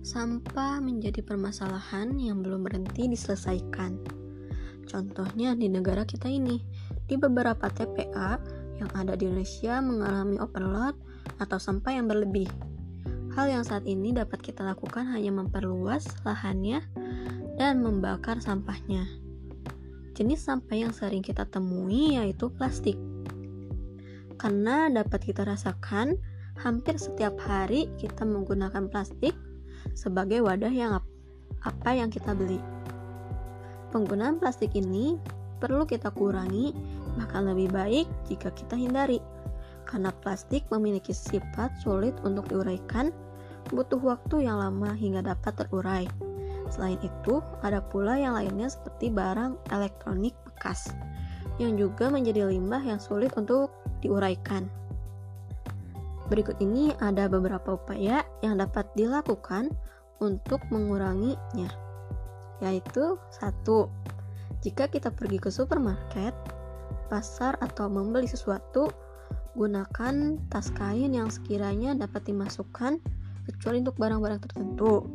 Sampah menjadi permasalahan yang belum berhenti diselesaikan. Contohnya di negara kita ini, di beberapa TPA yang ada di Indonesia mengalami overload atau sampah yang berlebih. Hal yang saat ini dapat kita lakukan hanya memperluas lahannya dan membakar sampahnya. Jenis sampah yang sering kita temui yaitu plastik. Karena dapat kita rasakan, hampir setiap hari kita menggunakan plastik sebagai wadah apa yang kita beli. Penggunaan plastik ini perlu kita kurangi, bahkan lebih baik jika kita hindari. Karena plastik memiliki sifat sulit untuk diuraikan, butuh waktu yang lama hingga dapat terurai. Selain itu, ada pula yang lainnya seperti barang elektronik bekas, yang juga menjadi limbah yang sulit untuk diuraikan. Berikut ini ada beberapa upaya yang dapat dilakukan untuk menguranginya, yaitu 1. Jika kita pergi ke supermarket, pasar atau membeli sesuatu, gunakan tas kain yang sekiranya dapat dimasukkan kecuali untuk barang-barang tertentu.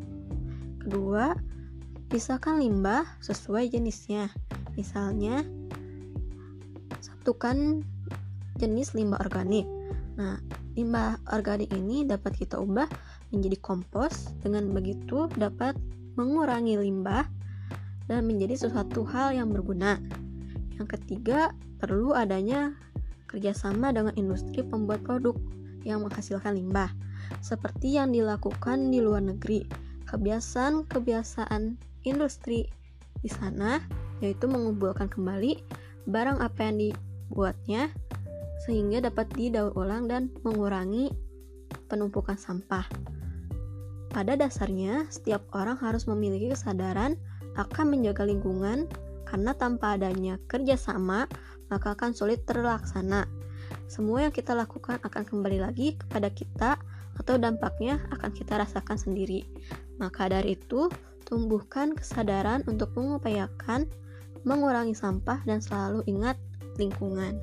2. Pisahkan limbah sesuai jenisnya. Misalnya, satukan jenis limbah organik. Nah, limbah organik ini dapat kita ubah menjadi kompos. Dengan begitu dapat mengurangi limbah dan menjadi sesuatu hal yang berguna. Yang ketiga, perlu adanya kerjasama dengan industri pembuat produk yang menghasilkan limbah, seperti yang dilakukan di luar negeri. Kebiasaan industri di sana yaitu mengumpulkan kembali barang apa yang dibuatnya sehingga dapat didaur ulang dan mengurangi penumpukan sampah. Pada dasarnya, setiap orang harus memiliki kesadaran akan menjaga lingkungan, karena tanpa adanya kerjasama, maka akan sulit terlaksana. Semua yang kita lakukan akan kembali lagi kepada kita, atau dampaknya akan kita rasakan sendiri. Maka dari itu, tumbuhkan kesadaran untuk mengupayakan mengurangi sampah dan selalu ingat lingkungan.